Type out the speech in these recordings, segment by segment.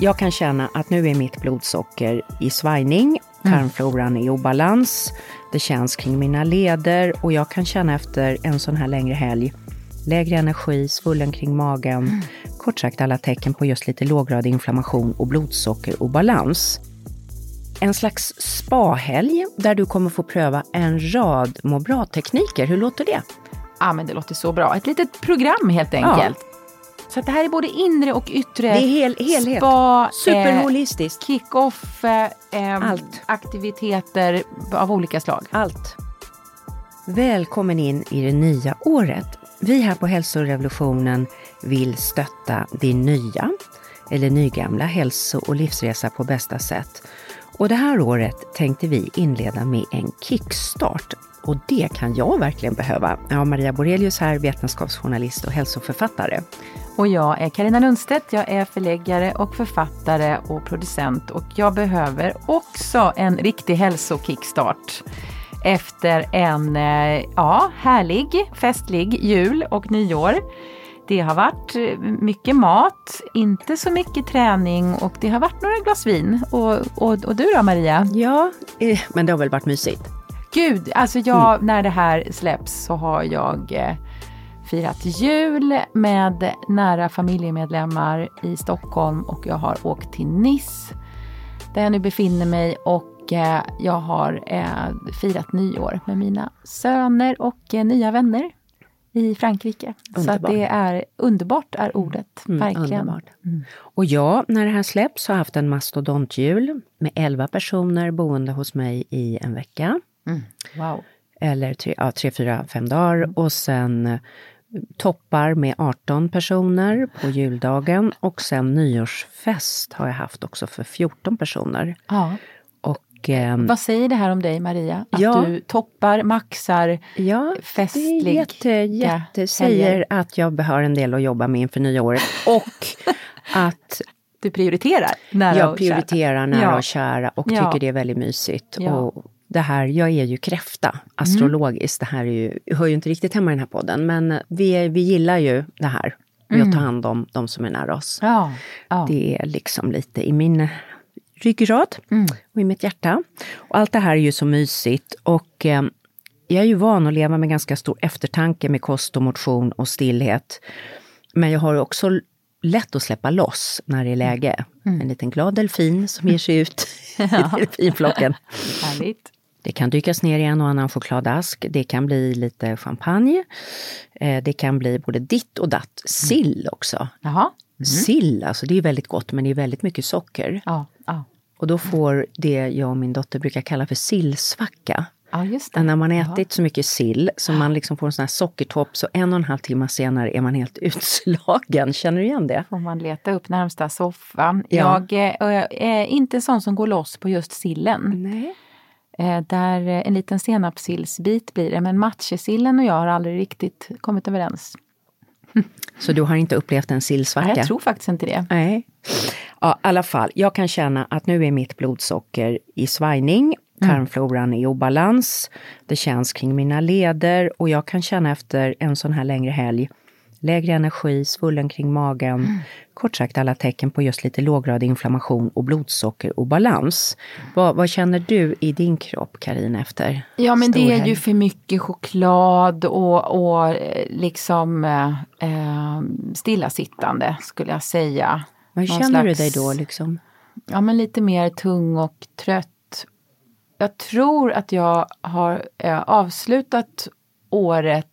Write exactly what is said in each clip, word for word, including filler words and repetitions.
Jag kan känna att nu är mitt blodsocker i svajning, tarmfloran är i obalans, det känns kring mina leder och jag kan känna efter en sån här längre helg lägre energi, svullen kring magen, mm. kort sagt alla tecken på just lite låggradig inflammation och blodsocker och balans. En slags spahelg där du kommer få pröva en rad må bra-tekniker. Hur låter det? Ja, men det låter så bra. Ett litet program helt enkelt. Ja. Så att det här är både inre och yttre. Det är hel, helhet. Spa, superholistiskt. Eh, kick-off, eh, allt. Aktiviteter av olika slag. Allt. Välkommen in i det nya året. Vi här på Hälsorevolutionen vill stötta din nya eller nygamla hälso- och livsresa på bästa sätt. Och det här året tänkte vi inleda med en kickstart. Och det kan jag verkligen behöva. Jag har Maria Borelius här, vetenskapsjournalist och hälsoförfattare. Och jag är Carina Lundstedt, jag är förläggare och författare och producent. Och jag behöver också en riktig hälsokickstart. Efter en ja, härlig, festlig jul och nyår. Det har varit mycket mat, inte så mycket träning och det har varit några glas vin. Och, och, och du då, Maria? Ja, men det har väl varit mysigt? Gud, alltså jag, mm. när det här släpps så har jag eh, firat jul med nära familjemedlemmar i Stockholm och jag har åkt till Nice där jag nu befinner mig och eh, jag har eh, firat nyår med mina söner och eh, nya vänner i Frankrike. Underbart. Så att det är underbart är ordet, mm, verkligen. Underbart. Mm. Och jag, när det här släpps, har haft en mastodontjul med elva personer boende hos mig i en vecka. Mm. Wow. Eller tre, ja, tre, fyra, fem dagar. Mm. Och sen toppar med arton personer på juldagen. Och sen nyårsfest har jag haft också för fjorton personer. Ja. Och, eh, vad säger det här om dig, Maria? Att ja, du toppar, maxar, ja, festlig. Det är jätte, jätte säger att jag har en del att jobba med inför nya året. Och att du prioriterar nära jag och prioriterar kära. nära Ja. och kära. Och ja. tycker det är väldigt mysigt. Ja. Och det här, jag är ju kräfta, astrologiskt. Mm. Det här är ju, hör ju inte riktigt hemma i den här podden. Men vi, vi gillar ju det här. Med mm. att ta hand om de som är nära oss. Ja. Ja. Det är liksom lite i min ryggrad mm. och i mitt hjärta. Och allt det här är ju så mysigt. Och eh, jag är ju van att leva med ganska stor eftertanke med kost och motion och stillhet. Men jag har också lätt att släppa loss när det är läge. Mm. En liten glad delfin som ger sig ut i delfinflocken. Härligt. Det kan dykas ner i en och annan chokladask. Det kan bli lite champagne. Eh, det kan bli både ditt och datt. Sill också. Jaha. Mm. Sill, alltså det är väldigt gott men det är väldigt mycket socker. Ja, ja. Och då får det jag och min dotter brukar kalla för sillsvacka. Ja, just det. När man ätit ja. så mycket sill så man liksom får en sån här sockertopp så en och en halv timme senare är man helt utslagen. Känner du igen det? Får man leta upp närmsta soffan. Ja. Jag, jag är inte sån som går loss på just sillen. Nej. Där en liten senapssillsbit blir det. Men matjessillen och jag har aldrig riktigt kommit överens. Så du har inte upplevt en sillsvacka? Nej, jag tror faktiskt inte det. Nej. Ja, i alla fall. Jag kan känna att nu är mitt blodsocker i svajning. Tarmfloran är i obalans. Det känns kring mina leder. Och jag kan känna efter en sån här längre helg. Lägre energi, svullen kring magen. Mm. Kort sagt alla tecken på just lite låggradig inflammation och blodsocker och balans. Vad, vad känner du i din kropp, Carina, efter? Ja, men det är ju för mycket choklad och, och liksom eh, stillasittande skulle jag säga. Vad Någon känner slags, du dig då liksom? Ja, men lite mer tung och trött. Jag tror att jag har eh, avslutat året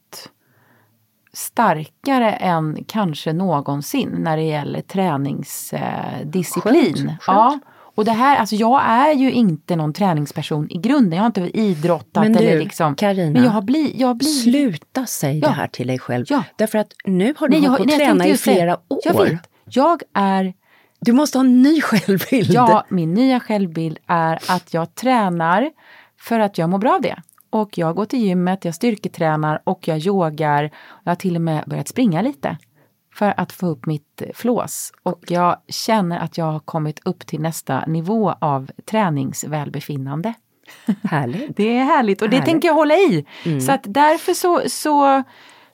starkare än kanske någonsin när det gäller träningsdisciplin. Eh, ja. Och det här, alltså jag är ju inte någon träningsperson i grunden. Jag har inte idrottat men du, eller liksom. Carina, men jag har blivit, jag har blivit... sluta säga ja. det här till dig själv. Ja. Därför att nu har du nej, jag, hållit på att träna i flera år. Jag vet. Jag är... Du måste ha en ny självbild. Ja, min nya självbild är att jag tränar för att jag mår bra av det. Och jag går till gymmet, jag styrketränar och jag yogar. Jag har till och med börjat springa lite för att få upp mitt flås. Och jag känner att jag har kommit upp till nästa nivå av träningsvälbefinnande. Härligt. Det är härligt och det härligt. tänker jag hålla i. Mm. Så att därför så, så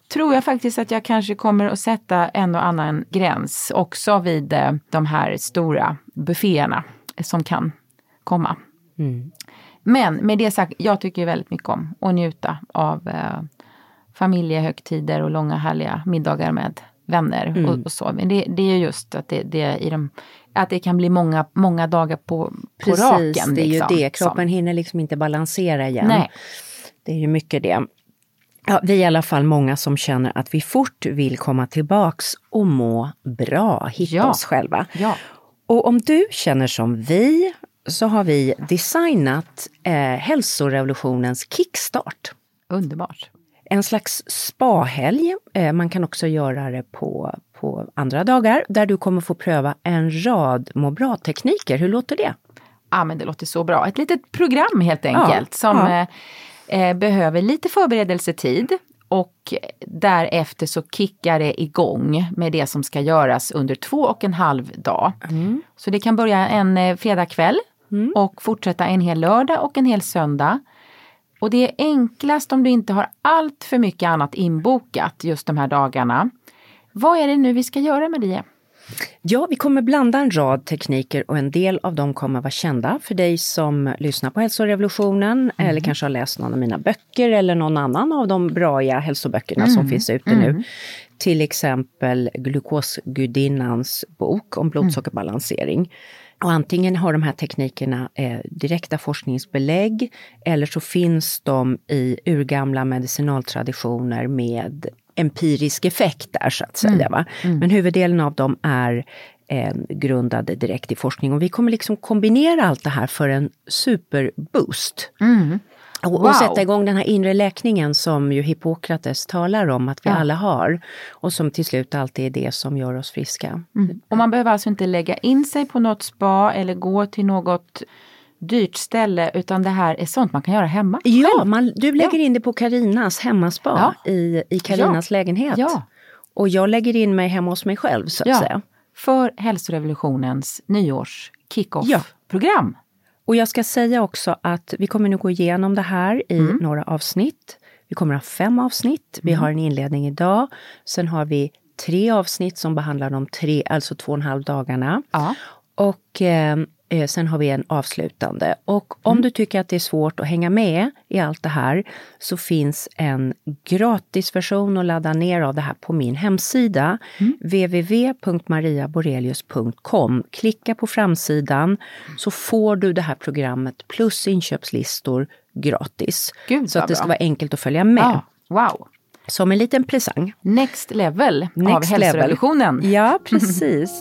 tror jag faktiskt att jag kanske kommer att sätta en och annan gräns också vid eh, de här stora bufféerna som kan komma. Mm. Men med det sagt, jag tycker väldigt mycket om att njuta av eh, familjehögtider och långa härliga middagar med vänner mm. och, och så. Men det, det är just att det, det, i de, att det kan bli många, många dagar på, på Precis, raken. Precis, det är liksom, ju det. Kroppen som. hinner liksom inte balansera igen. Nej. Det är ju mycket det. Ja, vi är i alla fall många som känner att vi fort vill komma tillbaks och må bra, hitta ja. oss själva. Ja. Och om du känner som vi så har vi designat eh, hälsorevolutionens kickstart. Underbart. En slags spahelg. Eh, man kan också göra det på, på andra dagar där du kommer få pröva en rad må bra-tekniker. Hur låter det? Ja, men det låter så bra. Ett litet program helt enkelt ja. som Ja. Eh, behöver lite förberedelsetid. Och därefter så kickar det igång med det som ska göras under två och en halv dag. Mm. Så det kan börja en eh, fredagkväll mm. och fortsätta en hel lördag och en hel söndag. Och det är enklast om du inte har allt för mycket annat inbokat just de här dagarna. Vad är det nu vi ska göra med det? Ja, vi kommer blanda en rad tekniker och en del av dem kommer vara kända för dig som lyssnar på Hälsorevolutionen mm. eller kanske har läst någon av mina böcker eller någon annan av de braiga hälsoböckerna mm. som finns ute mm. nu. Till exempel Glukosgudinnans bok om blodsockerbalansering. Och antingen har de här teknikerna eh, direkta forskningsbelägg eller så finns de i urgamla medicinaltraditioner med empirisk effekt där så att säga. Mm. Va? Mm. Men huvuddelen av dem är eh, grundade direkt i forskning. Och vi kommer liksom kombinera allt det här för en superboost. Mm. Och, wow. och sätta igång den här inre läkningen som ju Hippokrates talar om att vi ja. alla har. Och som till slut alltid är det som gör oss friska. Mm. Och man behöver alltså inte lägga in sig på något spa eller gå till något dyrt ställe, utan det här är sånt man kan göra hemma. Ja, man, du lägger ja. in det på Karinas hemmaspa ja. i, i Karinas ja. lägenhet. Ja. Och jag lägger in mig hemma hos mig själv så att ja. säga. För Hälsorevolutionens nyårs kick-off-program. Ja. Och jag ska säga också att vi kommer nu gå igenom det här i mm. några avsnitt. Vi kommer ha fem avsnitt. Vi mm. har en inledning idag. Sen har vi tre avsnitt som behandlar de tre, alltså två och en halv dagarna. Ja. Och eh, sen har vi en avslutande. Och om mm. du tycker att det är svårt att hänga med i allt det här så finns en gratisversion att ladda ner av det här på min hemsida mm. w w w punkt maria borelius punkt com. Klicka på framsidan så får du det här programmet plus inköpslistor gratis. Gud, så att det ska bra. vara enkelt att följa med. Ah, wow! Som en liten presang. Next level Next av hälsorevolutionen. Level. Ja, precis.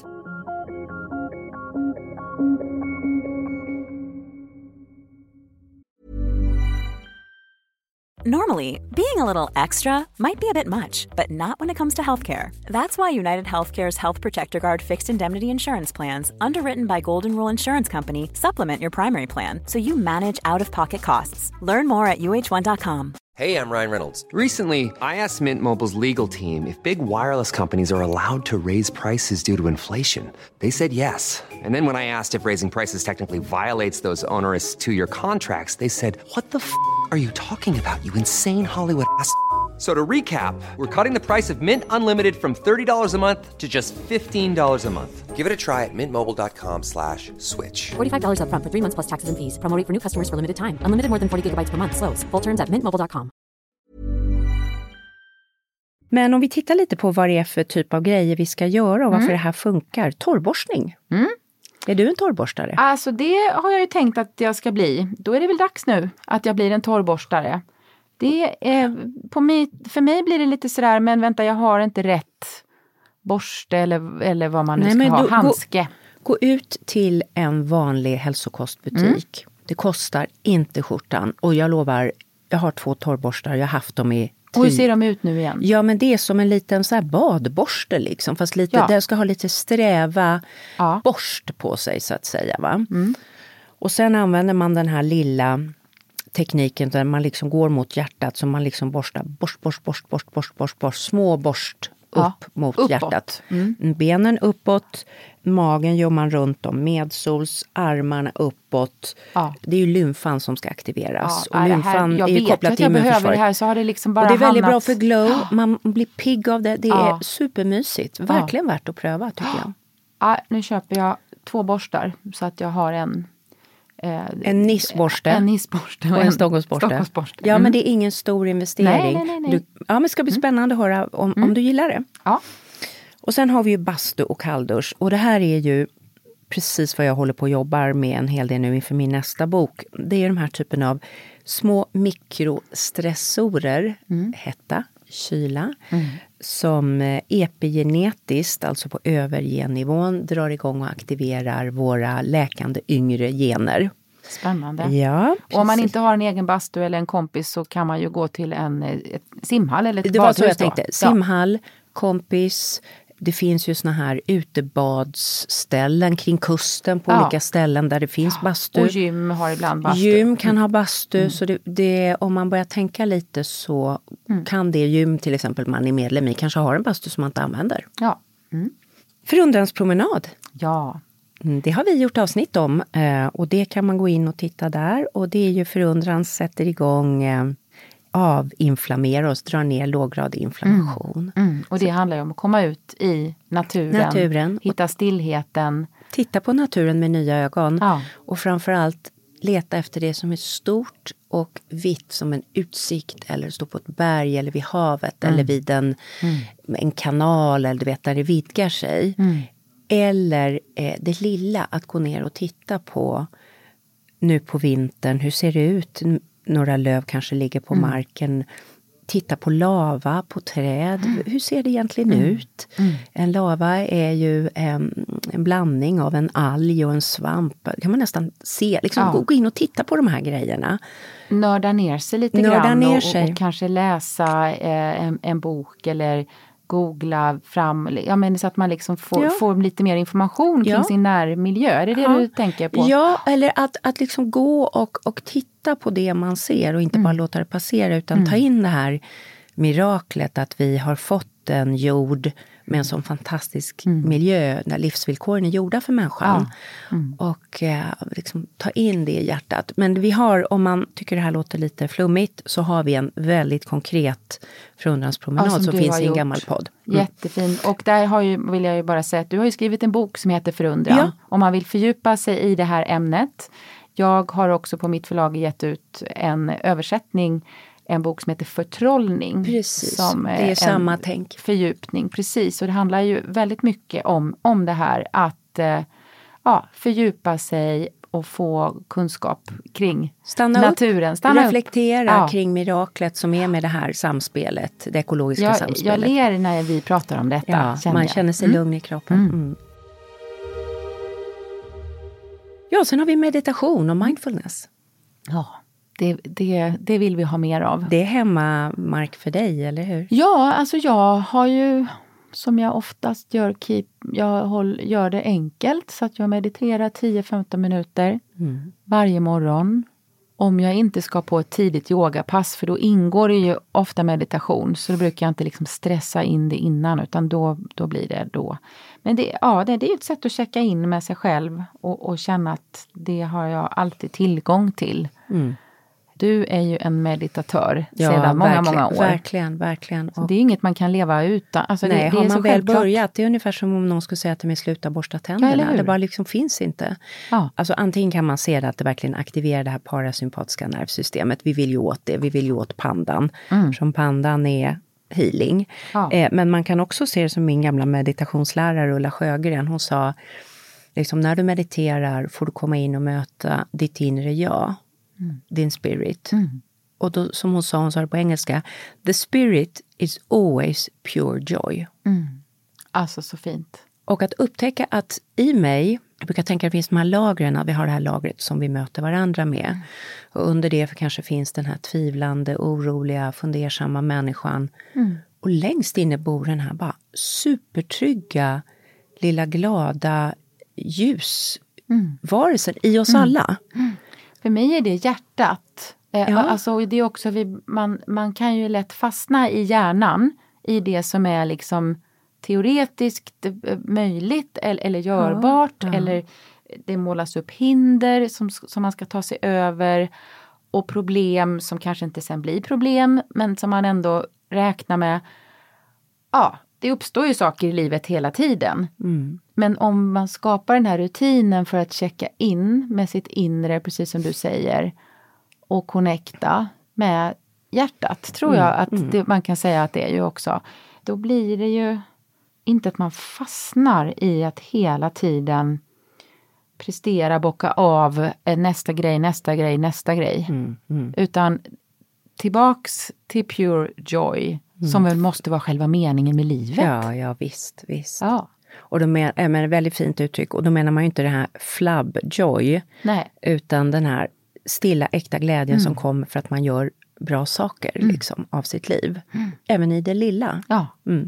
Normally, being a little extra might be a bit much, but not when it comes to healthcare. That's why United Healthcare's Health Protector Guard fixed indemnity insurance plans, underwritten by Golden Rule Insurance Company, supplement your primary plan so you manage out-of-pocket costs. Learn more at U H one dot com. Hey, I'm Ryan Reynolds. Recently, I asked Mint Mobile's legal team if big wireless companies are allowed to raise prices due to inflation. They said yes. And then when I asked if raising prices technically violates those onerous two-year contracts, they said, what the f*** are you talking about, you insane Hollywood ass f- So to recap, we're cutting the price of Mint Unlimited from thirty dollars a month to just fifteen dollars a month. Give it a try at mintmobile.com slash switch. forty-five dollars up front for three months plus taxes and fees. Promo rate for new customers for limited time. Unlimited more than forty gigabytes per month. Slows full terms at mint mobile dot com. Men om vi tittar lite på vad det är för typ av grejer vi ska göra och varför mm. det här funkar. Torrborstning. Mm. Är du en torrborstare? Alltså det har jag ju tänkt att jag ska bli. Då är det väl dags nu att jag blir en torrborstare. Det är, på mig, för mig blir det lite sådär, men vänta, jag har inte rätt borste eller, eller vad man nu Nej, ska ha, då, handske. Gå, gå ut till en vanlig hälsokostbutik. Mm. Det kostar inte skjortan. Och jag lovar, jag har två torrborstar, jag har haft dem i Och hur ser de ut nu igen? Ja, men det är som en liten så här badborste liksom. Fast lite, ja. Den ska ha lite sträva ja. borst på sig så att säga, va? Mm. Och sen använder man den här lilla tekniken där man liksom går mot hjärtat. Så man liksom borstar borst, borst, borst, borst, borst, borst, borst. Små borst upp ja. mot uppåt. hjärtat. Mm. Benen uppåt, magen gör man runt om, medsols, armarna uppåt. Ja. Det är ju lymfan som ska aktiveras. Ja, och lymfan här, jag är vet kopplat att till jag behöver immunförsvaret. det här, så har det liksom bara och det är väldigt hamnat... bra för glow, man blir pigg av det. Det ja. är supermysigt, verkligen ja. värt att pröva tycker jag. Ja, nu köper jag två borstar så att jag har en... Eh, en nissborste. En nissborste och en Stockholmsborste. Stockholmsborste. Ja, mm. men det är ingen stor investering. Nej, nej, nej. Du, ja, men det ska bli spännande att höra om, mm. om du gillar det. Ja. Och sen har vi ju bastu och kalldusch. Och det här är ju precis vad jag håller på och jobbar med en hel del nu inför min nästa bok. Det är de här typen av små mikrostressorer, mm. hetta, kyla, mm. som epigenetiskt, alltså på övergennivån, drar igång och aktiverar våra läkande yngre gener. Spännande. Ja, och om man inte har en egen bastu eller en kompis så kan man ju gå till en ett simhall eller ett det badhus. Det var så jag tänkte. Ja. Simhall, kompis. Det finns ju såna här utebadsställen kring kusten på ja. olika ställen där det finns bastu. Och gym har ibland bastu. Gym kan ha bastu. Mm. Så det, det, om man börjar tänka lite så mm. kan det gym till exempel man är medlem i kanske har en bastu som man inte använder. Ja. Mm. Förundranspromenad. Ja. Det har vi gjort avsnitt om och det kan man gå in och titta där. Och det är ju förundrans sätter igång... avinflammera oss, dra ner låggradig inflammation. Mm. Mm. Och det så. handlar ju om att komma ut i naturen, naturen. hitta stillheten. Titta på naturen med nya ögon. Ja. Och framförallt leta efter det som är stort och vitt som en utsikt eller stå på ett berg eller vid havet mm. eller vid en, mm. en kanal eller du vet där det vidgar sig. Mm. Eller eh, det lilla att gå ner och titta på nu på vintern, hur ser det ut? Några löv kanske ligger på mm. marken. Titta på lava, på träd. Mm. Hur ser det egentligen mm. ut? Mm. En lava är ju en, en blandning av en alg och en svamp. Det kan man nästan se. Liksom, ja. Gå in och titta på de här grejerna. Nörda ner sig lite Nörda grann. Ner och, sig. Och, och kanske läsa eh, en, en bok eller googla fram, ja men så att man liksom får, ja. får lite mer information kring ja. sin närmiljö. Är det det ja. du tänker på? Ja, eller att, att liksom gå och, och titta på det man ser och inte mm. bara låta det passera utan mm. ta in det här miraklet att vi har fått en jord med en sån fantastisk mm. miljö där livsvillkoren är gjorda för människan. Ja. Mm. Och eh, liksom ta in det i hjärtat. Men vi har, om man tycker det här låter lite flummigt, så har vi en väldigt konkret förundranspromenad ja, som, som finns i en gjort. gammal podd. Mm. Jättefin. Och där har ju, vill jag ju bara säga att du har ju skrivit en bok som heter Förundran. Ja. Om man vill fördjupa sig i det här ämnet. Jag har också på mitt förlag gett ut en översättning, en bok som heter Förtrollning. Precis, som det är samma tänk. Fördjupning, precis. Och det handlar ju väldigt mycket om, om det här att eh, ja, fördjupa sig och få kunskap kring Stanna naturen. Upp, Stanna reflektera ja. kring miraklet som är med det här samspelet, det ekologiska jag, samspelet. Jag ler när vi pratar om detta. Ja, känner man jag. känner sig mm. lugn i kroppen. Mm. Mm. Ja, sen har vi meditation och mindfulness. Ja. Det, det, det vill vi ha mer av. Det är hemmamark för dig, eller hur? Ja, alltså jag har ju, som jag oftast gör, keep, jag håll, gör det enkelt. Så att jag mediterar tio till femton minuter mm. varje morgon. Om jag inte ska på ett tidigt yogapass, för då ingår det ju ofta meditation. Så då brukar jag inte liksom stressa in det innan, utan då, då blir det då. Men det, ja, det, det är ett sätt att checka in med sig själv och, och känna att det har jag alltid tillgång till. Mm. Du är ju en meditatör ja, sedan många, många år. Verkligen, verkligen. Så det är inget man kan leva utan. Alltså nej, det, det har är man så väl självklart. börjat, det är ungefär som om någon skulle säga till mig sluta borsta tänderna. Ja, det bara liksom finns inte. Ja. Alltså antingen kan man se det att det verkligen aktiverar det här parasympatiska nervsystemet. Vi vill ju åt det, vi vill ju åt pandan. Mm. Som pandan är healing. Ja. Eh, men man kan också se det som min gamla meditationslärare Ulla Sjögren. Hon sa, liksom, när du mediterar får du komma in och möta ditt inre jag. Mm. Din spirit. Mm. Och då, som hon sa, hon sa det på engelska, the spirit is always pure joy. Mm. Alltså så fint. Och att upptäcka att i mig, jag brukar tänka att det finns de här lagren, vi har det här lagret som vi möter varandra med. Mm. Och under det för kanske finns den här tvivlande, oroliga, fundersamma människan. Mm. Och längst inne bor den här bara supertrygga, lilla glada ljusvarelsen mm. i oss mm. alla. Mm. För mig är det hjärtat. Ja. Alltså det är också, vi, man, man kan ju lätt fastna i hjärnan. I det som är liksom teoretiskt möjligt eller, eller görbart. Ja, ja. Eller det målas upp hinder som, som man ska ta sig över. Och problem som kanske inte sen blir problem. Men som man ändå räknar med. Ja, det uppstår ju saker i livet hela tiden. Mm. Men om man skapar den här rutinen för att checka in med sitt inre, precis som du säger. Och connecta med hjärtat, tror mm. jag att mm. det, man kan säga att det är ju också. Då blir det ju inte att man fastnar i att hela tiden prestera, bocka av nästa grej, nästa grej, nästa grej. Mm. Mm. Utan tillbaks till pure joy. Mm. Som väl måste vara själva meningen med livet. Ja, ja visst, visst. Ja. Och då men, äh, men väldigt fint uttryck. Och då menar man ju inte det här flab joy. Nej. Utan den här stilla, äkta glädjen mm. som kommer för att man gör bra saker mm. liksom, av sitt liv. Mm. Även i det lilla. Ja. Mm.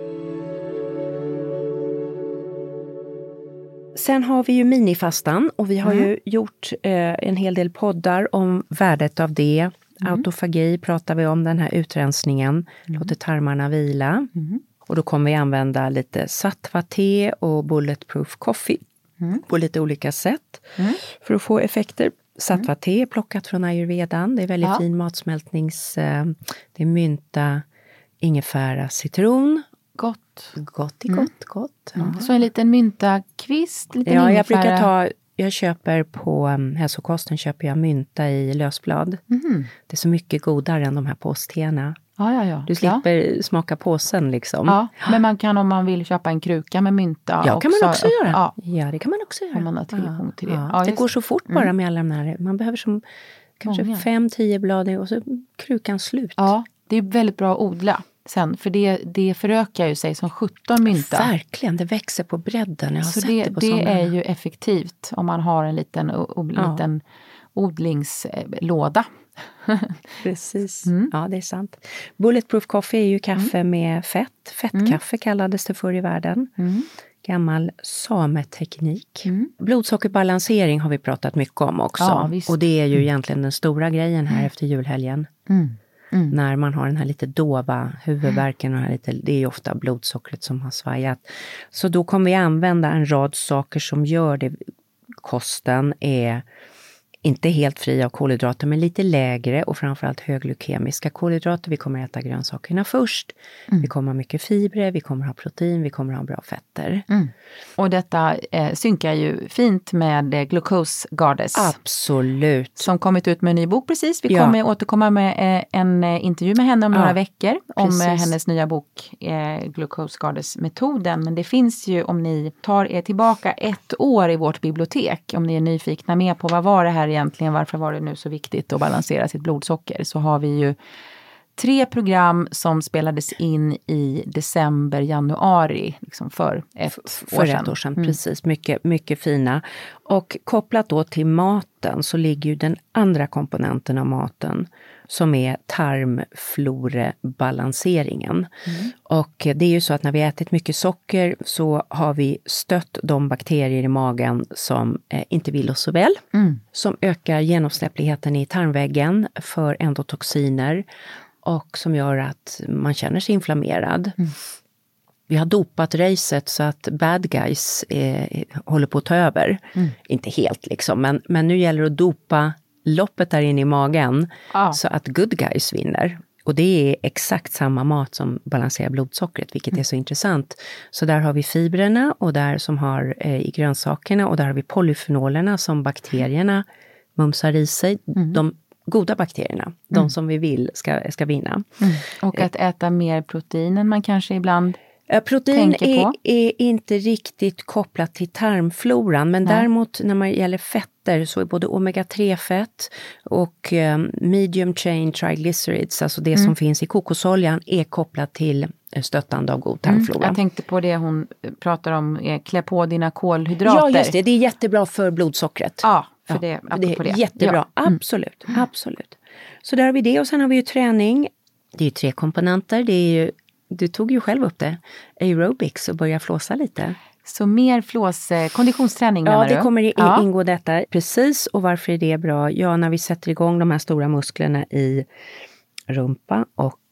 Sen har vi ju minifastan. Och vi har mm. ju gjort eh, en hel del poddar om värdet av det. Mm. Autofagi pratar vi om, den här utrensningen. Mm. Låter tarmarna vila. Mm. Och då kommer vi använda lite sattva-te och bulletproof coffee. Mm. På lite olika sätt. Mm. För att få effekter. Sattva-te är plockat från ayurvedan. Det är väldigt ja. fin matsmältnings... Det är mynta, ingefära, citron. Gott. Gott i gott, mm. gott. Ja. Mm. Så en liten myntakvist, lite ja, ingefära. Jag brukar ta... Jag köper på um, hälsokosten köper jag mynta i lösblad. Mm. Det är så mycket godare än de här påstearna. Ja, ja, ja. Du slipper ja. smaka påsen liksom. Ja, men man kan om man vill köpa en kruka med mynta. Ja, kan man också göra. Ja. ja, det kan man också göra. Om man har tillgång till det. Ja. Ja, det går så fort bara mm. med alla de här. Man behöver som kanske Många. fem, tio blad och så krukan slut. Ja, det är väldigt bra att odla sen. För det, det förökar ju sig som sjutton mynta. Verkligen, det växer på bredden. Jag har så sett det, det på det sådana. är ju effektivt om man har en liten, o, ja. liten odlingslåda. Precis, mm. ja det är sant. Bulletproof coffee är ju kaffe mm. med fett. Fettkaffe mm. kallades det förr i världen. Mm. Gammal sameteknik. Mm. Blodsockerbalansering har vi pratat mycket om också. Ja, och det är ju egentligen den stora grejen här mm. efter julhelgen. Mm. Mm. När man har den här lite dova huvudvärken och här lite, det är ju ofta blodsockret som har svajat. Så då kommer vi använda en rad saker som gör det. Kosten är inte helt fri av kolhydrater men lite lägre och framförallt högglykemiska kolhydrater. Vi kommer äta grönsakerna först. Mm. Vi kommer ha mycket fibrer, vi kommer ha protein, vi kommer ha bra fetter. Mm. Och detta eh, synkar ju fint med eh, Glucose Goddess. Absolut. Som kommit ut med en ny bok precis. Vi ja. kommer återkomma med eh, en eh, intervju med henne om ja. några veckor. Om eh, hennes nya bok eh, Glucose Goddess-metoden. Men det finns ju om ni tar er tillbaka ett år i vårt bibliotek. Om ni är nyfikna med på vad var det här egentligen, varför var det nu så viktigt att balansera sitt blodsocker, så har vi ju tre program som spelades in i december, januari liksom för ett för år sedan. Ett år sedan mm. Precis, mycket, mycket fina. Och kopplat då till maten så ligger ju den andra komponenten av maten som är tarmflorebalanseringen. Mm. Och det är ju så att när vi ätit mycket socker så har vi stött de bakterier i magen som eh, inte vill oss så väl. Mm. Som ökar genomsläppligheten i tarmväggen för endotoxiner och som gör att man känner sig inflammerad. Mm. Vi har dopat racet så att bad guys eh, håller på att ta över. Mm. Inte helt liksom, men, men nu gäller det att dopa loppet där inne i magen ah. så att good guys vinner. Och det är exakt samma mat som balanserar blodsockret, vilket mm. är så intressant. Så där har vi fibrerna och där som har eh, i grönsakerna och där har vi polyfenolerna som bakterierna mumsar i sig. Mm. De goda bakterierna, mm. de som vi vill ska, ska vinna. Mm. Och att äta mer protein än man kanske ibland protein är, är inte riktigt kopplat till tarmfloran, men Nej. däremot när man gäller fetter så är både omega tre-fett och um, medium chain triglycerides, alltså det mm. som finns i kokosoljan, är kopplat till stöttande av god tarmflora. Mm. Jag tänkte på det hon pratar om, eh, klä på dina kolhydrater. Ja, just det. Det är jättebra för blodsockret. Ja, för ja, det, det är det. jättebra. Ja. Absolut, mm. absolut. Så där har vi det och sen har vi ju träning. Det är ju tre komponenter. Det är ju Du tog ju själv upp det, aerobics, och börja flåsa lite. Så mer flås, konditionsträning menar du? Ja, det kommer in, ja. ingå detta. Precis, och varför är det bra? Ja, när vi sätter igång de här stora musklerna i rumpa och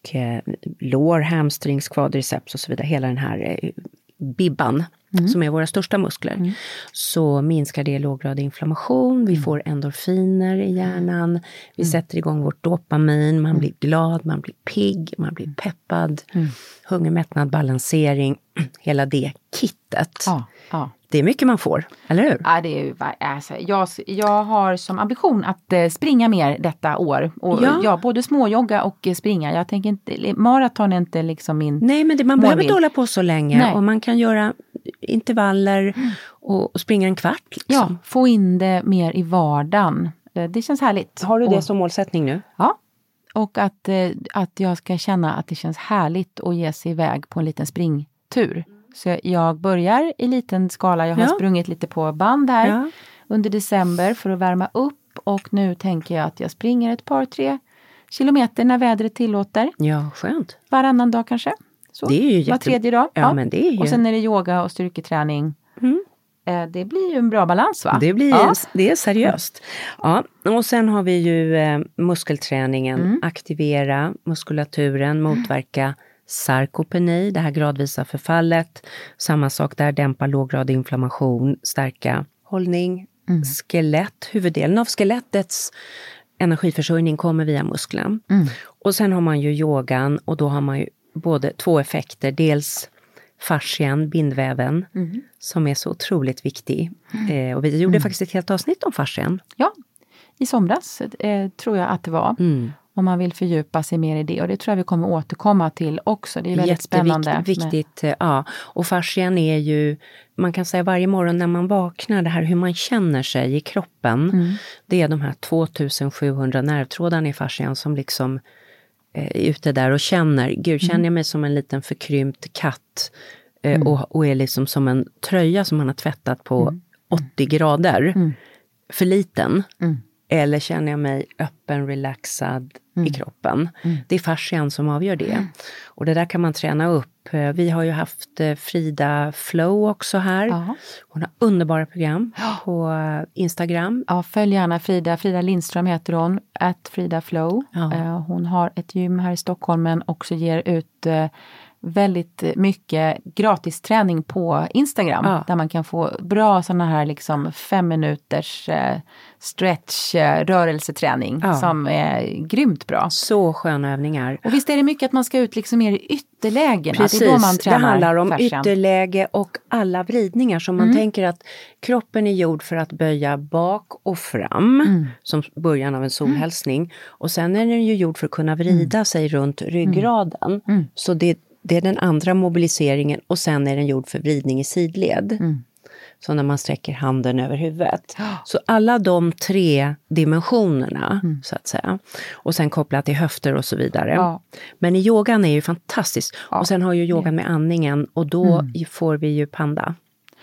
eh, lår, hamstrings, quadriceps och så vidare. Hela den här eh, bibban mm. som är våra största muskler. Mm. Så minskar det låggradig inflammation. Vi mm. får endorfiner i hjärnan. Vi mm. sätter igång vårt dopamin. Man mm. blir glad, man blir pigg, man blir peppad. Mm. Hunger, mättnad, balansering. Hela det kittet. Ja, ja. Det är mycket man får, eller hur? Ja, det är ju, alltså, jag, jag har som ambition att eh, springa mer detta år. Och, ja. ja, både småjogga och eh, springa. Jag tänker inte, maraton är inte liksom min Nej, men det, man målbild. behöver inte hålla på så länge. Nej. Och man kan göra intervaller mm. och, och springa en kvart. Liksom. Ja, få in det mer i vardagen. Det känns härligt. Har du det och, som målsättning nu? Ja. Och att, eh, att jag ska känna att det känns härligt att ge sig iväg på en liten springtur. Så jag börjar i liten skala. Jag har ja. sprungit lite på band här ja. under december för att värma upp. Och nu tänker jag att jag springer ett par, tre kilometer när vädret tillåter. Ja, skönt. Varannan dag kanske. Så. Det är ju jätte... Var tredje dag. Ja, ja. Men det är ju... Och sen är det yoga och styrketräning. Mm. Eh, det blir ju en bra balans, va? Det, blir, ja. det är seriöst. Ja, och sen har vi ju eh, muskelträningen. Mm. Aktivera muskulaturen, motverka sarkopeni, det här gradvisa förfallet. Samma sak där, dämpa låggradig inflammation, stärka hållning, mm. skelett. Huvuddelen av skelettets energiförsörjning kommer via musklerna. Mm. Och sen har man ju yogan och då har man ju både två effekter. Dels fascian, bindväven, mm. som är så otroligt viktig. Mm. Eh, och vi gjorde mm. faktiskt ett helt avsnitt om fascian. Ja, i somras eh, tror jag att det var. Mm. Om man vill fördjupa sig mer i det. Och det tror jag vi kommer återkomma till också. Det är väldigt spännande. Viktigt, med... ja. Och fascian är ju, man kan säga varje morgon när man vaknar, det här hur man känner sig i kroppen. Mm. Det är de här tvåtusensjuhundra nervtrådarna i fascian som liksom eh, är ute där och känner. Gud, känner jag mig som en liten förkrympt katt. Eh, mm. och, och är liksom som en tröja som man har tvättat på mm. åttio grader. Mm. För liten. Mm. Eller känner jag mig öppen, relaxad mm. i kroppen. Mm. Det är fascian som avgör det. Mm. Och det där kan man träna upp. Vi har ju haft Frida Flow också här. Ja. Hon har underbara program ja. på Instagram. Ja, följ gärna Frida. Frida Lindström heter hon. At Frida Flow. Ja. Hon har ett gym här i Stockholm men också ger ut väldigt mycket gratis träning på Instagram. Ja. Där man kan få bra sådana här liksom fem minuters eh, stretch eh, rörelseträning. Ja. Som är grymt bra. Så sköna övningar. Och visst är det mycket att man ska ut liksom mer i ytterlägena. Precis, det, är då man tränar det handlar om fascian. Ytterläge och alla vridningar. Som man mm. tänker att kroppen är gjord för att böja bak och fram. Mm. Som början av en solhälsning. Mm. Och sen är den ju gjord för att kunna vrida mm. sig runt ryggraden. Mm. Så det Det är den andra mobiliseringen och sen är den gjord för vridning i sidled. Mm. Så när man sträcker handen över huvudet. Oh. Så alla de tre dimensionerna mm. så att säga. Och sen kopplat till höfter och så vidare. Oh. Men i yogan är ju fantastiskt. Oh. Och sen har ju yogan med andningen och då mm. får vi ju panda.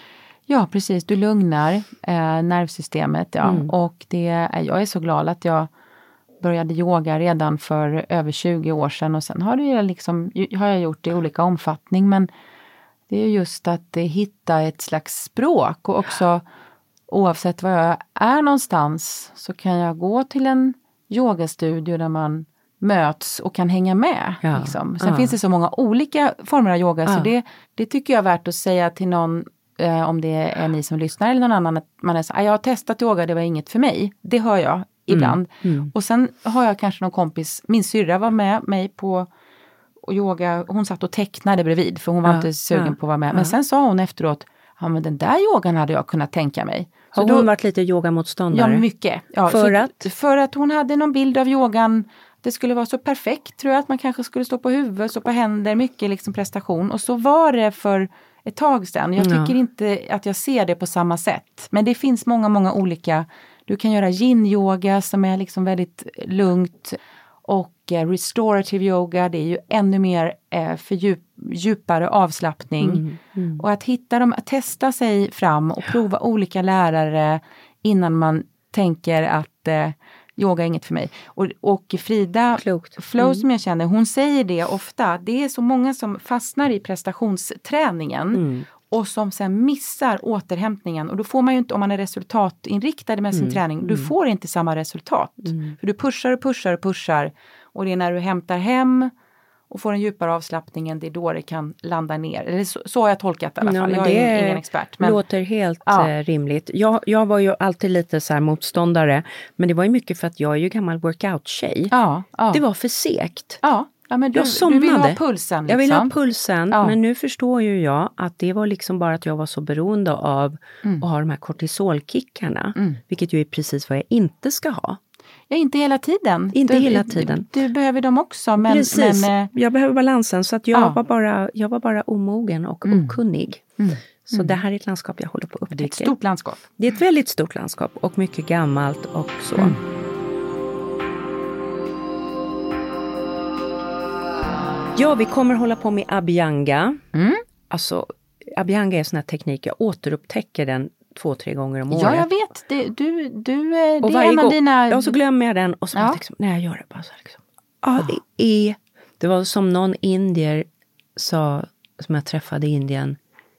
Ja, precis. Du lugnar eh, nervsystemet. Ja. Mm. Och det, jag är så glad att jag började yoga redan för över tjugo år sedan och sen har, det liksom, har jag gjort det i olika omfattning men det är just att hitta ett slags språk och också oavsett var jag är någonstans så kan jag gå till en yogastudio där man möts och kan hänga med. Ja. Liksom. Sen ja. finns det så många olika former av yoga ja. så det, det tycker jag är värt att säga till någon eh, om det är ni som lyssnar eller någon annan att man är så, jag har testat yoga, det var inget för mig. Det hör jag. Ibland. Mm, mm. Och sen har jag kanske någon kompis, min syrra var med mig på och yoga, hon satt och tecknade bredvid för hon var ja, inte sugen ja, på att vara med. Men ja. sen sa hon efteråt, ja men den där yogan hade jag kunnat tänka mig. Har så hon då, varit lite yogamotståndare? Ja, mycket. Ja, för så, att? För att hon hade någon bild av yogan, det skulle vara så perfekt tror jag att man kanske skulle stå på huvudet, stå på händer, mycket liksom prestation. Och så var det för ett tag sedan. Jag tycker ja. inte att jag ser det på samma sätt. Men det finns många, många olika. Du kan göra yin-yoga som är liksom väldigt lugnt. Och eh, restorative yoga, det är ju ännu mer eh, fördjup, djupare avslappning. Mm, mm. Och att hitta dem, att testa sig fram och prova olika lärare innan man tänker att eh, yoga är inget för mig. Och, och Frida Klokt. Flow mm. som jag känner, hon säger det ofta. Det är så många som fastnar i prestationsträningen. Mm. Och som sen missar återhämtningen. Och då får man ju inte, om man är resultatinriktad med sin mm. träning. Du får inte samma resultat. Mm. För du pushar och pushar och pushar. Och det är när du hämtar hem. och får en djupare avslappningen, det är då det kan landa ner. Eller så, så har jag tolkat det i alla fall. Ja, jag det är ingen expert. Men låter helt ja. eh, rimligt. Jag, jag var ju alltid lite så här motståndare, men det var ju mycket för att jag är ju gammal workout-tjej. Ja, ja. Det var för segt. Ja, ja men du, Jag du somnade. vill ha pulsen. Liksom. Jag vill ha pulsen, Ja. men nu förstår ju jag att det var liksom bara att jag var så beroende av Mm. att ha de här kortisolkickarna. Mm. Vilket ju är precis vad jag inte ska ha. Ja, inte hela tiden. Inte du, hela tiden. Du, du behöver dem också. Men, Precis, men, eh, jag behöver balansen. Så att jag, Ja. var bara, jag var bara omogen och Mm. okunnig. Mm. Så det här är ett landskap jag håller på att upptäcka. det är ett stort landskap. Det är ett väldigt stort landskap och mycket gammalt och så. Mm. Ja, vi kommer hålla på med Abhyanga. Mm. Alltså, Abhyanga är en sån här teknik, jag återupptäcker den två, tre gånger om året. Ja, jag vet. Det, du, du, eh, Och det varje är en av gång, dina... ja, så glömmer jag den och så Ja. bara liksom, när jag gör det bara så här liksom. Ja, det är... Det var som någon indier sa, som jag träffade i Indien.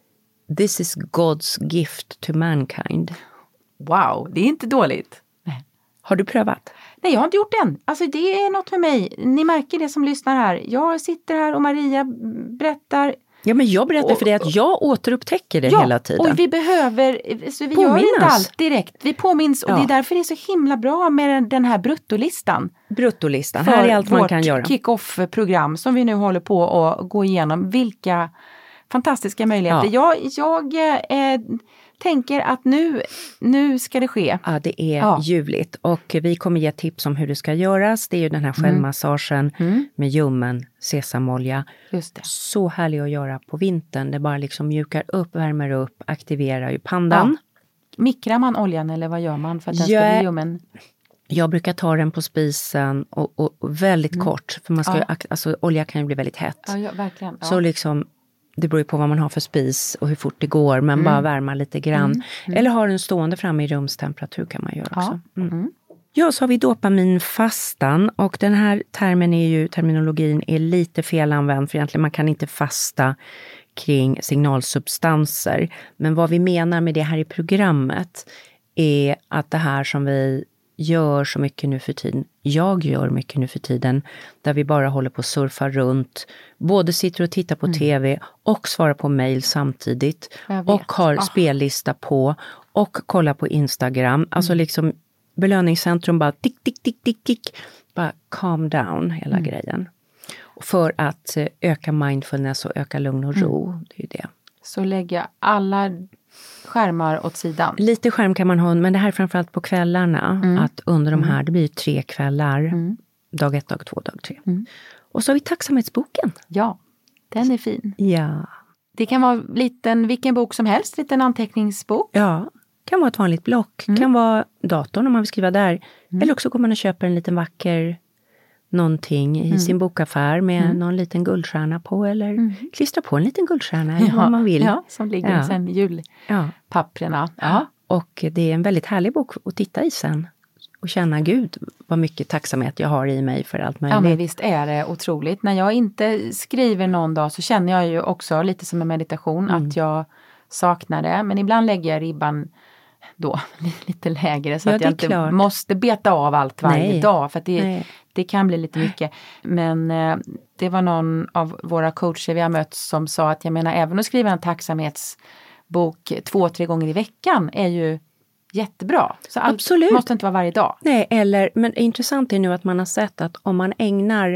This is God's gift to mankind. Wow, det är inte dåligt. Nej. Har du prövat? Nej, jag har inte gjort det än. Alltså det är något med mig. Ni märker det som lyssnar här. Jag sitter här och Maria berättar. Ja, men jag berättar Och- för dig att jag återupptäcker det Ja, hela tiden. och vi behöver, så vi gör Påminnas. inte allt direkt. Vi påminns och Ja. det är därför det är så himla bra med den, den här bruttolistan. Bruttolistan, här är allt man kan göra. Vårt kick-off-program som vi nu håller på att gå igenom. Vilka fantastiska möjligheter. Ja. Jag, jag eh, tänker att nu, nu ska det ske. Ja, det är Ja. ljuvligt. Och vi kommer ge tips om hur det ska göras. Det är ju den här självmassagen Mm. med ljummen sesamolja. Just det. Så härlig att göra på vintern. Det bara liksom mjukar upp, värmer upp, aktiverar ju pandan. Mikrar man oljan eller vad gör man för att den ska Ja. bli ljummen? Jag brukar ta den på spisen och, och, och väldigt kort. För man ska Ja. ju, ak- alltså, olja kan ju bli väldigt hett. Ja, ja verkligen. Ja. Så liksom, det beror ju på vad man har för spis och hur fort det går. Men Mm. bara värma lite grann. Eller ha den stående framme i rumstemperatur kan man göra också. Ja. Mm. Mm. Ja, så har vi dopaminfastan och den här termen är ju, terminologin är lite felanvänd för egentligen man kan inte fasta kring signalsubstanser. Men vad vi menar med det här i programmet är att det här som vi gör så mycket nu för tiden, jag gör mycket nu för tiden, där vi bara håller på att surfa runt, både sitter och tittar på tv och svarar på mejl samtidigt Jag vet. och har Ah. spellista på och kollar på Instagram, alltså liksom belöningscentrum bara tick, tick, tick, tick, tick. Bara calm down hela grejen. Och för att eh, öka mindfulness och öka lugn och ro. Det är ju det. Så lägga alla skärmar åt sidan. Lite skärm kan man ha, men det här är framförallt på kvällarna. Att under de här, det blir tre kvällar. Dag ett, dag två, dag tre. Och så har vi tacksamhetsboken. Ja, den är fin. Ja. Det kan vara liten, vilken bok som helst, liten anteckningsbok. Ja, kan vara ett vanligt block. Kan vara datorn om man vill skriva där. Eller också går man och köper en liten vacker någonting i sin bokaffär med någon liten guldstjärna på. Eller klistra på en liten guldstjärna eller vad man vill. Ja, som ligger Ja. sen julpapprena. Ja. Ja. Och det är en väldigt härlig bok att titta i sen. Och känna, gud vad mycket tacksamhet jag har i mig för allt möjligt. Ja, men visst är det otroligt. När jag inte skriver någon dag så känner jag ju också lite som en meditation att jag saknar det. Men ibland lägger jag ribban då lite lägre så Ja, att det jag är inte klart. måste beta av allt varje Nej. dag. För att det, Nej. det kan bli lite mycket. Men eh, det var någon av våra coacher vi har mött som sa att jag menar även att skriva en tacksamhetsbok två, tre gånger i veckan är ju jättebra. Så allt Absolut. måste inte vara varje dag. Nej, eller, men intressant är nu att man har sett att om man ägnar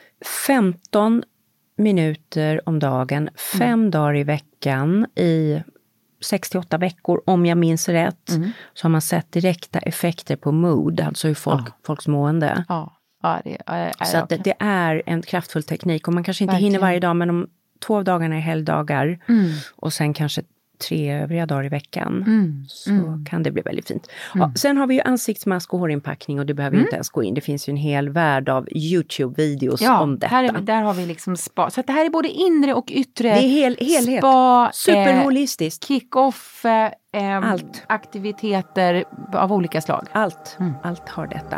femton minuter om dagen, fem dagar i veckan i sex till åtta veckor, om jag minns rätt, så har man sett direkta effekter på mood, alltså hur folk, folks mående. Ja, ja det är, är Så att det, det är en kraftfull teknik och man kanske inte Verkligen. hinner varje dag, men om två av dagarna är helgdagar Mm. och sen kanske tre övriga dagar i veckan Mm. så Mm. kan det bli väldigt fint. Ja, sen har vi ju ansiktsmask och hårinpackning och du behöver Mm. inte ens gå in. Det finns ju en hel värld av YouTube-videos Ja, om detta. här är, där har vi liksom spa. Så att det här är både inre och yttre. Det är hel, helhet. Spa, Superholistiskt. eh, kick-off, eh, eh, Allt. aktiviteter av olika slag. Allt, Mm. allt har detta.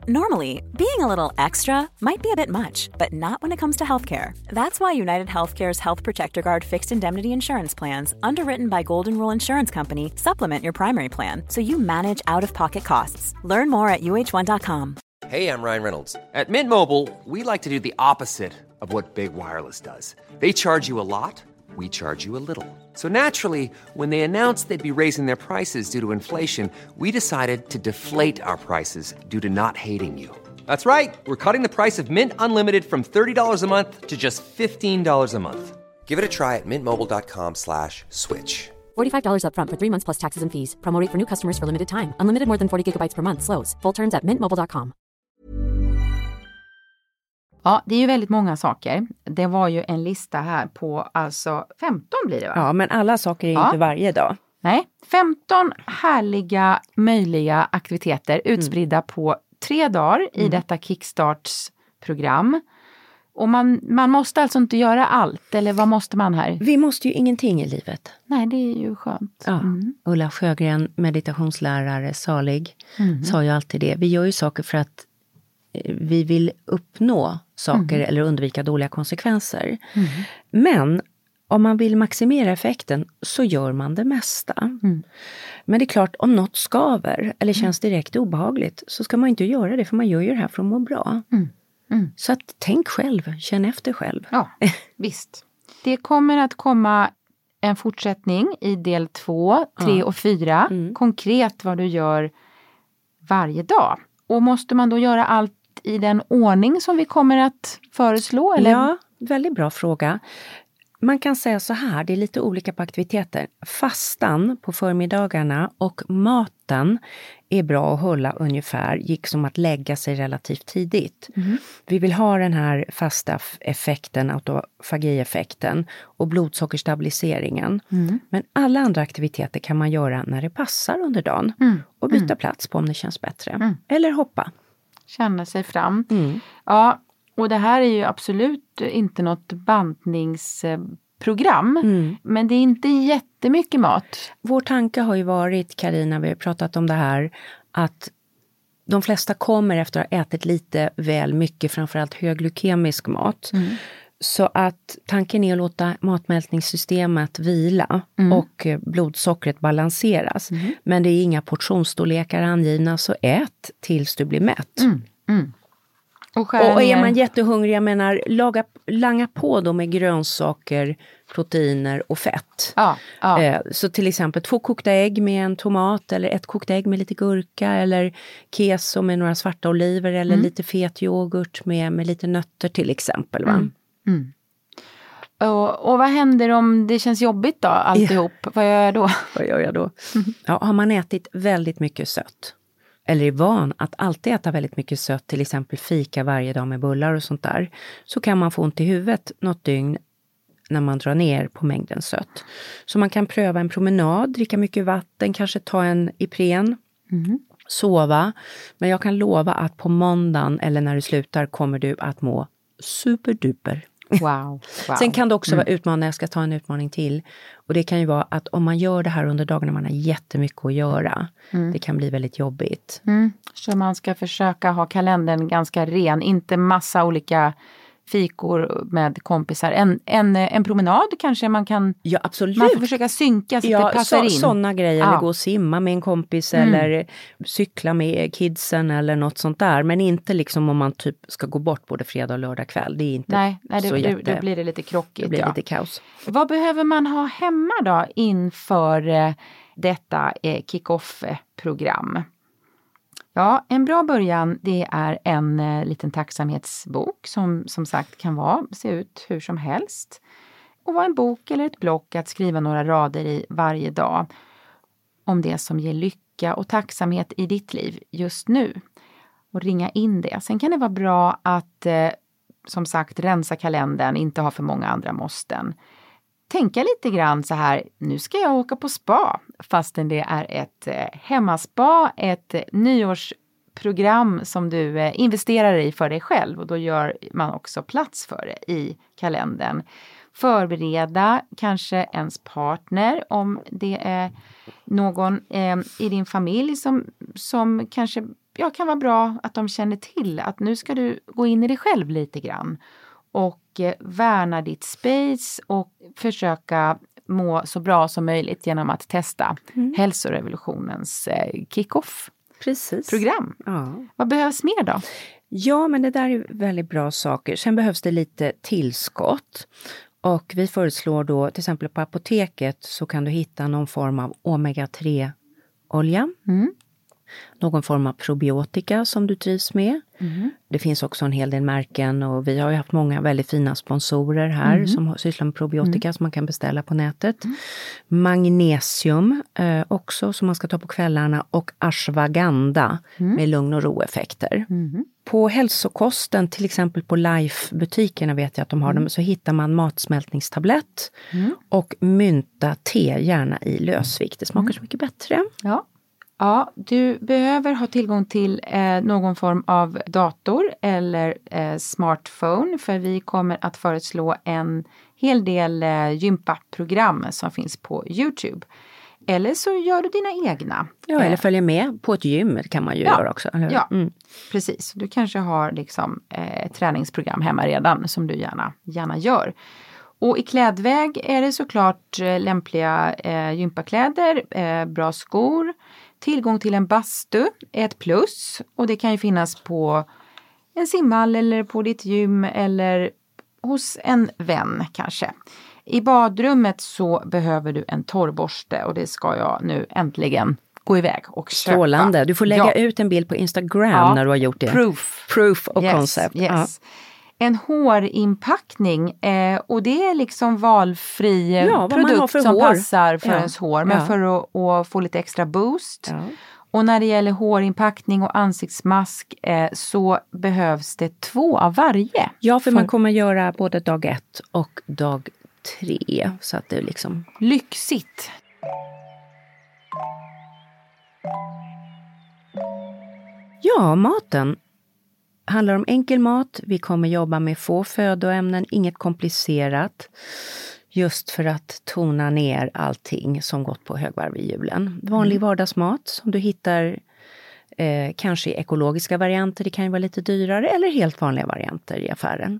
Normally, being a little extra might be a bit much, but not when it comes to healthcare. That's why United Healthcare's Health Protector Guard fixed indemnity insurance plans, underwritten by Golden Rule Insurance Company, supplement your primary plan so you manage out-of-pocket costs. Learn more at U H one dot com. Hey, I'm Ryan Reynolds. At Mint Mobile, we like to do the opposite of what Big Wireless does. They charge you a lot, we charge you a little. So naturally, when they announced they'd be raising their prices due to inflation, we decided to deflate our prices due to not hating you. That's right. We're cutting the price of Mint Unlimited from thirty dollars a month to just fifteen dollars a month. Give it a try at mintmobile.com slash switch. forty-five dollars up front for three months plus taxes and fees. Promo rate for new customers for limited time. Unlimited more than forty gigabytes per month slows. Full terms at mint mobile dot com. Ja, det är ju väldigt många saker. Det var ju en lista här på alltså femton blir det va? Ja, men alla saker är ja. inte varje dag. Nej, femton härliga möjliga aktiviteter utspridda mm. på tre dagar i mm. detta Kickstarts program. Och man, man måste alltså inte göra allt, eller vad måste man här? Vi måste ju ingenting i livet. Nej, det är ju skönt. Ja. Mm. Ulla Sjögren, meditationslärare, salig, mm. sa ju alltid det. Vi gör ju saker för att vi vill uppnå saker mm. eller undvika dåliga konsekvenser. Mm. Men om man vill maximera effekten så gör man det mesta. Mm. Men det är klart, om något skaver eller känns direkt obehagligt så ska man inte göra det, för man gör ju det här för att må bra. Mm. Mm. Så att tänk själv, känn efter själv. Ja, visst. Det kommer att komma en fortsättning i del två, tre ja. och fyra. Mm. Konkret vad du gör varje dag. Och måste man då göra allt i den ordning som vi kommer att föreslå? Eller? Ja, väldigt bra fråga. Man kan säga så här, det är lite olika på aktiviteter. Fastan på förmiddagarna och maten är bra att hålla ungefär, gick som att lägga sig relativt tidigt. Mm. Vi vill ha den här fasta effekten, autofagieffekten och blodsockerstabiliseringen. Mm. Men alla andra aktiviteter kan man göra när det passar under dagen mm. och byta mm. plats på om det känns bättre. Mm. Eller hoppa. Känna sig fram. Mm. Ja, och det här är ju absolut inte något bantningsprogram. Mm. Men det är inte jättemycket mat. Vår tanke har ju varit, Carina, vi har pratat om det här, att de flesta kommer efter att ha ätit lite väl mycket, framförallt högglykemisk mat. Mm. Så att tanken är att låta matmältningssystemet vila mm. och blodsockret balanseras. Mm. Men det är inga portionsstorlekar angivna, så ät tills du blir mätt. Mm. Mm. Och, och är man jättehungrig, jag menar, laga, langa på då med grönsaker, proteiner och fett. Ja, ja. Eh, så till exempel två kokta ägg med en tomat, eller ett kokt ägg med lite gurka, eller keso med några svarta oliver, eller mm. lite fet yoghurt med, med lite nötter till exempel. Va? Mm. Mm. Och, och vad händer om det känns jobbigt då, alltihop? Ja. Vad gör jag då? Vad gör jag då? Mm. Ja, har man ätit väldigt mycket sött, eller är van att alltid äta väldigt mycket sött, till exempel fika varje dag med bullar och sånt där, så kan man få ont i huvudet något dygn när man drar ner på mängden sött. Så man kan pröva en promenad, dricka mycket vatten, kanske ta en Ipren, mm. sova. Men jag kan lova att på måndagen eller när du slutar kommer du att må superduper. Wow, wow. Sen kan det också mm. vara utmanande, jag ska ta en utmaning till. Och det kan ju vara att om man gör det här under dagen när man har jättemycket att göra, mm. det kan bli väldigt jobbigt. Mm. Så man ska försöka ha kalendern ganska ren, inte massa olika fikor med kompisar. En, en, en promenad kanske man kan... Ja, absolut. Man får försöka synka så ja, att det passar så, in. Sådana grejer, ja. Eller gå och simma med en kompis mm. eller cykla med kidsen eller något sånt där. Men inte liksom om man typ ska gå bort både fredag och lördag kväll. Det är inte nej, nej, det, så det, jätte... då blir det lite krockigt. Det blir ja. lite kaos. Vad behöver man ha hemma då inför eh, detta eh, kick-off-program? Ja, en bra början, det är en eh, liten tacksamhetsbok som som sagt kan vara, se ut hur som helst. Och vara en bok eller ett block att skriva några rader i varje dag om det som ger lycka och tacksamhet i ditt liv just nu. Och ringa in det. Sen kan det vara bra att eh, som sagt rensa kalendern, inte ha för många andra måsten. Tänka lite grann så här, nu ska jag åka på spa, fastän det är ett eh, hemmaspa, ett eh, nyårsprogram som du eh, investerar i för dig själv, och då gör man också plats för det i kalendern. Förbereda kanske ens partner om det är någon eh, i din familj som, som kanske ja, kan vara bra att de känner till att nu ska du gå in i dig själv lite grann. Och eh, värna ditt space och försöka må så bra som möjligt genom att testa mm. hälsorevolutionens eh, kick-off. Precis. Program. Ja. Vad behövs mer då? Ja, men det där är väldigt bra saker. Sen behövs det lite tillskott. Och vi föreslår då, till exempel på apoteket så kan du hitta någon form av omega tre olja. Mm. Någon form av probiotika som du trivs med. Mm. Det finns också en hel del märken och vi har ju haft många väldigt fina sponsorer här mm. som sysslar med probiotika mm. som man kan beställa på nätet. Mm. Magnesium eh, också som man ska ta på kvällarna och ashwagandha mm. med lugn och ro-effekter. Mm. På hälsokosten, till exempel på Life-butikerna vet jag att de har mm. dem, så hittar man matsmältningstablett mm. och mynta te, gärna i lösvikt. Det smakar mm. så mycket bättre. Ja. Ja, du behöver ha tillgång till eh, någon form av dator eller eh, smartphone för vi kommer att föreslå en hel del eh, gympaprogram som finns på YouTube. Eller så gör du dina egna. Ja, eller följer med på ett gym kan man ju ja, göra också. Eller? Ja, mm. precis. Du kanske har liksom eh, ett träningsprogram hemma redan som du gärna, gärna gör. Och i klädväg är det såklart eh, lämpliga eh, gympakläder, eh, bra skor. Tillgång till en bastu är ett plus och det kan ju finnas på en simhall eller på ditt gym eller hos en vän kanske. I badrummet så behöver du en torrborste och det ska jag nu äntligen gå iväg och köpa. Strålande, du får lägga ja. ut en bild på Instagram ja. när du har gjort det. Proof. Proof och yes, concept. Yes. Ja. En hårinpackning eh, och det är liksom valfri ja, produkt som hår. passar för ja. ens hår. Men ja. för att, att få lite extra boost. Ja. Och när det gäller hårinpackning och ansiktsmask eh, så behövs det två av varje. Ja, för, för man kommer göra både dag ett och dag tre. Så att det är liksom... Lyxigt. Ja, maten handlar om enkel mat. Vi kommer jobba med få födoämnen, inget komplicerat. Just för att tona ner allting som gått på högvarv i julen. Vanlig mm. vardagsmat som du hittar eh, kanske i ekologiska varianter. Det kan ju vara lite dyrare eller helt vanliga varianter i affären.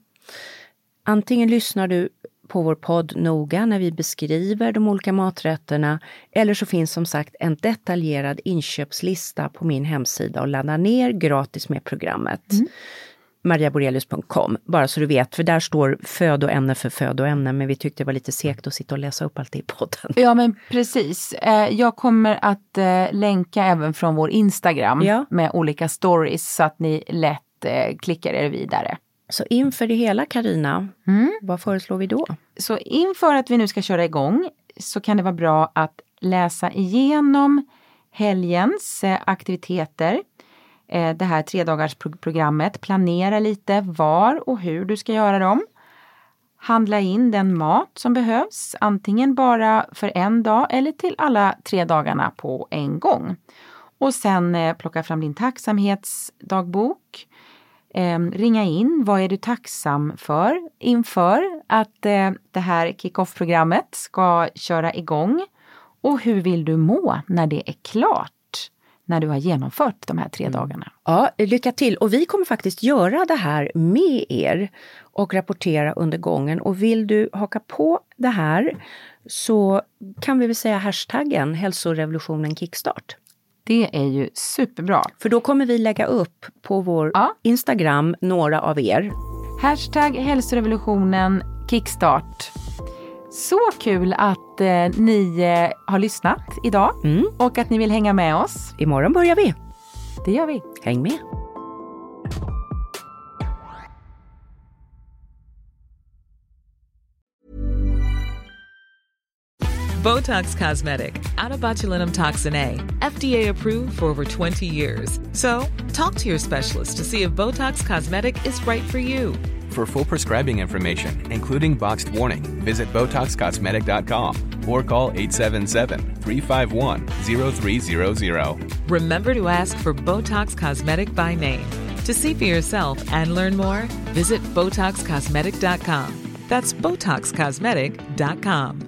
Antingen lyssnar du på vår podd noga när vi beskriver de olika maträtterna. Eller så finns som sagt en detaljerad inköpslista på min hemsida och ladda ner gratis med programmet. Mm. maria borelius punkt com, bara så du vet, för där står födoämne för födoämne, men vi tyckte det var lite segt att sitta och läsa upp allt i podden. Ja, men precis. Jag kommer att länka även från vår Instagram ja. med olika stories så att ni lätt klickar er vidare. Så inför det hela, Carina, mm. vad föreslår vi då? Så inför att vi nu ska köra igång så kan det vara bra att läsa igenom helgens aktiviteter. Det här tredagarsprogrammet. Planera lite var och hur du ska göra dem. Handla in den mat som behövs. Antingen bara för en dag eller till alla tre dagarna på en gång. Och sen eh, plocka fram din tacksamhetsdagbok. Eh, ringa in. Vad är du tacksam för inför att eh, det här kick-off-programmet ska köra igång? Och hur vill du må när det är klart? När du har genomfört de här tre dagarna. Ja, lycka till. Och vi kommer faktiskt göra det här med er och rapportera under gången. Och vill du haka på det här så kan vi väl säga hashtaggen hälsorevolutionen kickstart. Det är ju superbra. För då kommer vi lägga upp på vår ja. Instagram några av er. Hashtag hälsorevolutionen kickstart. Så kul att eh, ni eh, har lyssnat idag mm. och att ni vill hänga med oss. Imorgon börjar vi. Det gör vi. Häng med. Botox Cosmetic, out of botulinum toxin A, F D A approved for over twenty years. So, talk to your specialist to see if Botox Cosmetic is right for you. For full prescribing information, including boxed warning, visit Botox Cosmetic dot com or call eight seven seven, three five one, zero three zero zero. Remember to ask for Botox Cosmetic by name. To see for yourself and learn more, visit Botox Cosmetic dot com. That's Botox Cosmetic dot com.